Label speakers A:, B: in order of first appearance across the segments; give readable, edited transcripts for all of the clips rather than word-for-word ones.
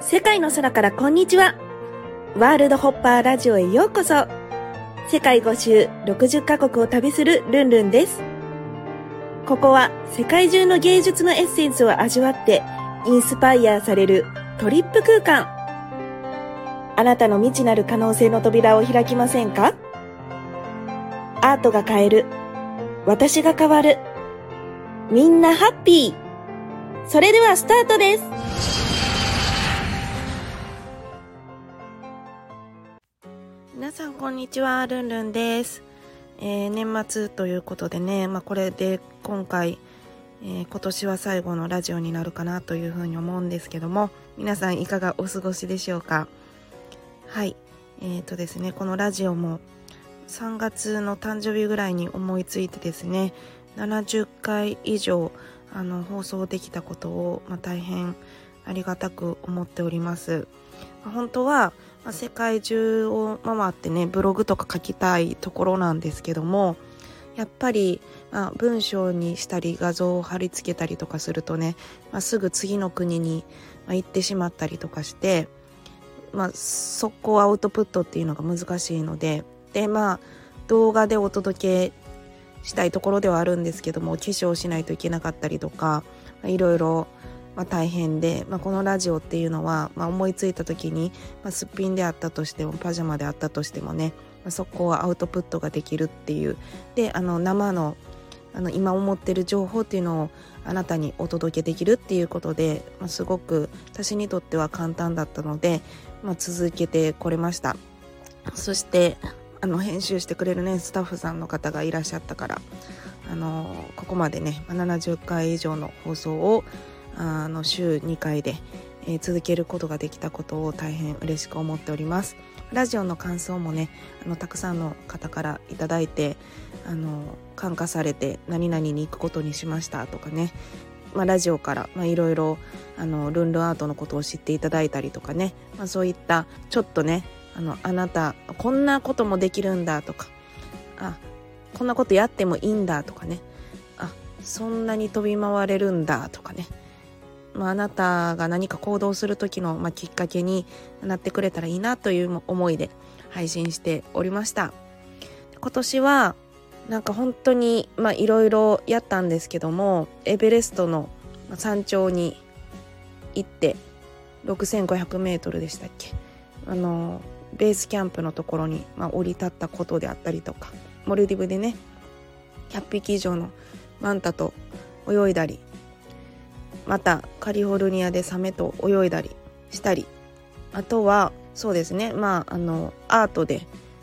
A: 世界の空からこんにちは。ワールドホッパーラジオへようこそ。世界5周60カ国を旅するルンルンです。ここは世界中の芸術のエッセンスを味わってインスパイアされるトリップ空間。あなたの未知なる可能性の扉を開きませんか？アートが変える。私が変わる。みんなハッピー。それではスタートです。皆さんこんにちは、ルンルンです。年末ということでね、これで今回、今年は最後のラジオになるかなというふうに思うんですけども、皆さんいかがお過ごしでしょうか？はい、ですね、このラジオも3月の誕生日ぐらいに思いついてですね、70回以上放送できたことを、大変ありがたく思っております。本当は世界中を回ってね、ブログとか書きたいところなんですけども、やっぱり、文章にしたり画像を貼り付けたりとかするとね、すぐ次の国に、行ってしまったりとかして、速攻アウトプットっていうのが難しいので、動画でお届けしたいところではあるんですけども、化粧しないといけなかったりとか、いろいろ大変で、このラジオっていうのは、思いついた時に、すっぴんであったとしてもパジャマであったとしてもね、そこはアウトプットができるっていうで、生の今思ってる情報っていうのをあなたにお届けできるっていうことで、すごく私にとっては簡単だったので、続けてこれました。そして編集してくれるねスタッフさんの方がいらっしゃったから、ここまでね70回以上の放送を週2回で、続けることができたことを大変嬉しく思っております。ラジオの感想もねたくさんの方からいただいて、感化されて何々に行くことにしましたとかね、ラジオからいろいろルンルンアートのことを知っていただいたりとかね、そういったちょっとねあなたこんなこともできるんだとか、こんなことやってもいいんだとかね、そんなに飛び回れるんだとかね、あなたが何か行動する時の、きっかけになってくれたらいいなという思いで配信しておりました。今年は本当にいろいろやったんですけども、エベレストの山頂に行って6500メートルでしたっけ、ベースキャンプのところに、降り立ったことであったりとか、モルディブでね100匹以上のマンタと泳いだり、またカリフォルニアでサメと泳いだりしたり、あとはそうですね、アートで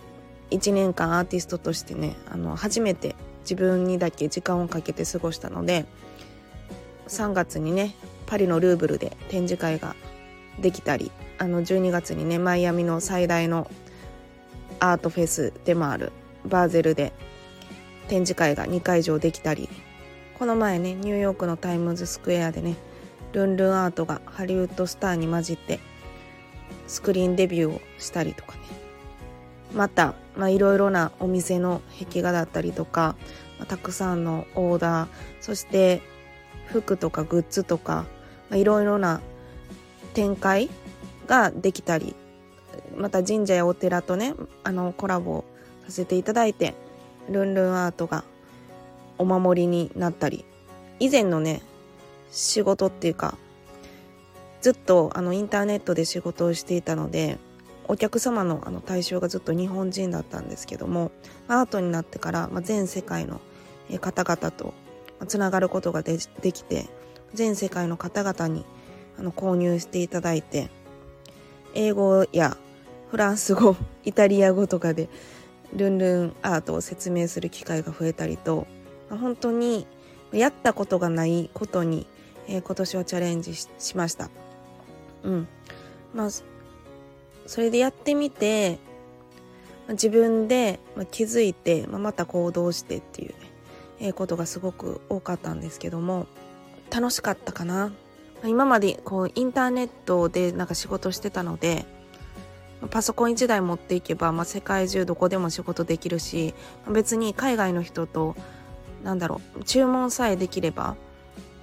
A: 1年間アーティストとしてね初めて自分にだけ時間をかけて過ごしたので、3月にねパリのルーブルで展示会ができたり、12月にねマイアミの最大のアートフェスでもあるバーゼルで展示会が2会場できたり、この前ねニューヨークのタイムズスクエアでねルンルンアートがハリウッドスターに混じってスクリーンデビューをしたりとかね、またいろいろなお店の壁画だったりとか、たくさんのオーダー、そして服とかグッズとか、いろいろな展開ができたり、また神社やお寺とねコラボさせていただいてルンルンアートがお守りになったり、以前のね仕事っていうかずっとインターネットで仕事をしていたので、お客様の対象がずっと日本人だったんですけども、アートになってから全世界の方々とつながることができて、全世界の方々に購入していただいて、英語やフランス語、イタリア語とかでルンルンアートを説明する機会が増えたりと、本当にやったことがないことに、今年はチャレンジ しました。それでやってみて、自分で気づいて、また行動してっていうね、ことがすごく多かったんですけども、楽しかったかな。今までインターネットで仕事してたので、パソコン1台持っていけば、世界中どこでも仕事できるし、別に海外の人と注文さえできれば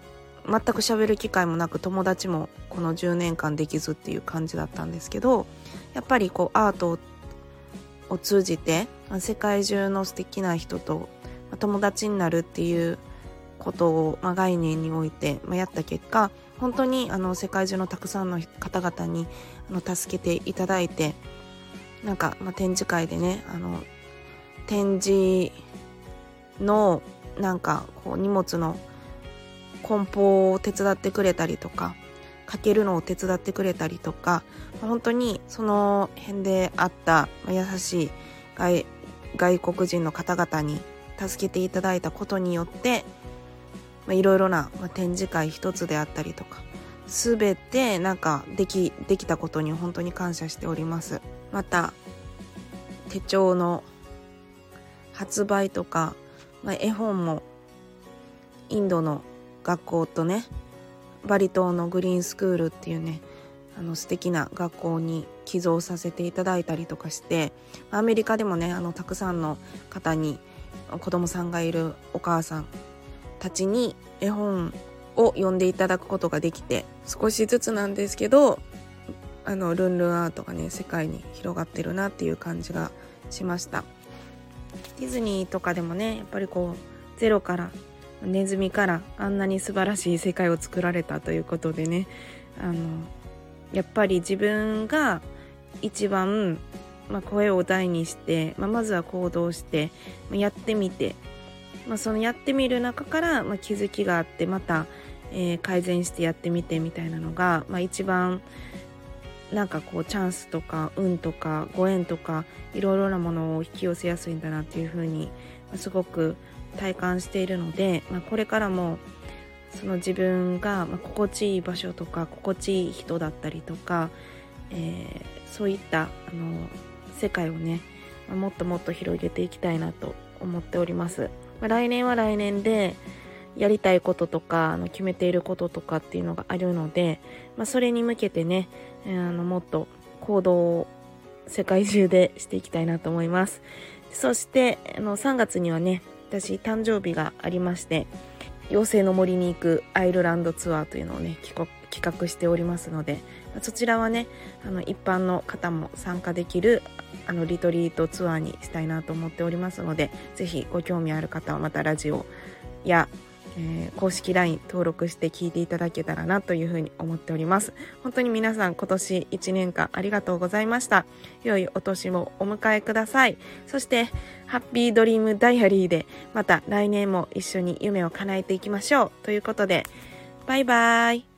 A: 全く喋る機会もなく、友達もこの10年間できずっていう感じだったんですけど、やっぱりこうアートを通じて世界中の素敵な人と友達になるっていうことを概念においてやった結果、本当に世界中のたくさんの方々に助けていただいて、なんか展示会でね、展示のなんかこう荷物の梱包を手伝ってくれたりとか、かけるのを手伝ってくれたりとか、本当にその辺であった優しい外国人の方々に助けていただいたことによって、いろいろな展示会一つであったりとか、すべてなんかできたことに本当に感謝しております。また手帳の発売とか、絵本もインドの学校とね、バリ島のグリーンスクールっていうね、素敵な学校に寄贈させていただいたりとかして、アメリカでもね、たくさんの方に子供さんがいるお母さんたちに絵本を読んでいただくことができて、少しずつなんですけどルンルンアートがね、世界に広がってるなっていう感じがしました。ディズニーとかでもね、やっぱりこうゼロからネズミからあんなに素晴らしい世界を作られたということでね、やっぱり自分が一番、声を大にして、まずは行動してやってみて、そのやってみる中から、気づきがあって、また、改善してやってみてみたいなのが、一番なんかこうチャンスとか運とかご縁とかいろいろなものを引き寄せやすいんだなっていうふうにすごく体感しているので、これからもその自分が心地いい場所とか心地いい人だったりとか、そういった世界をね、もっともっと広げていきたいなと思っております。来年は来年でやりたいこととか決めていることとかっていうのがあるので、それに向けてね、もっと行動を世界中でしていきたいなと思います。そして3月にはね、私誕生日がありまして、妖精の森に行くアイルランドツアーというのをね企画しておりますので、そちらはね一般の方も参加できるリトリートツアーにしたいなと思っておりますので、ぜひご興味ある方はまたラジオや、公式 LINE 登録して聞いていただけたらなというふうに思っております。本当に皆さん今年1年間ありがとうございました。良いお年もお迎えください。そしてハッピードリームダイアリーでまた来年も一緒に夢を叶えていきましょうということで、バイバイ。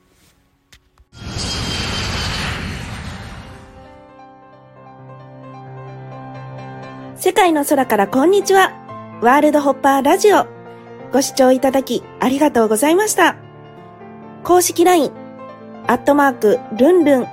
A: 世界の空からこんにちは。ワールドホッパーラジオ。ご視聴いただきありがとうございました。公式 LINE、ルンルン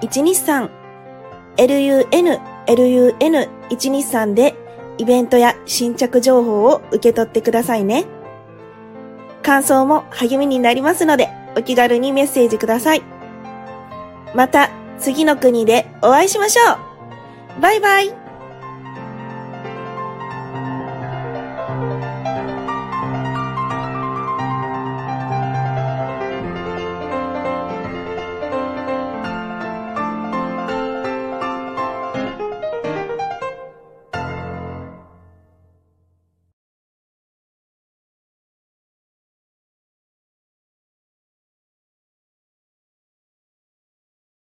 A: 123、LUNLUN123 でイベントや新着情報を受け取ってくださいね。感想も励みになりますので、お気軽にメッセージください。また次の国でお会いしましょう。バイバイ。